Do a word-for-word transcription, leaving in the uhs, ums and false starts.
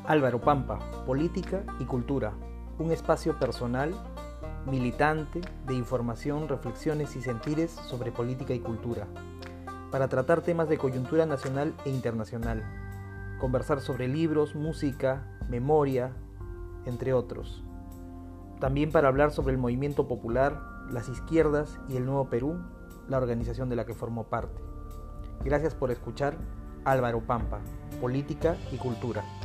Álvaro Pampa, Política y Cultura, un espacio personal, militante, de información, reflexiones y sentires sobre política y cultura, para tratar temas de coyuntura nacional e internacional, conversar sobre libros, música, memoria, entre otros. También para hablar sobre el movimiento popular, las izquierdas y el Nuevo Perú, la organización de la que formó parte. Gracias por escuchar Álvaro Pampa, Política y Cultura.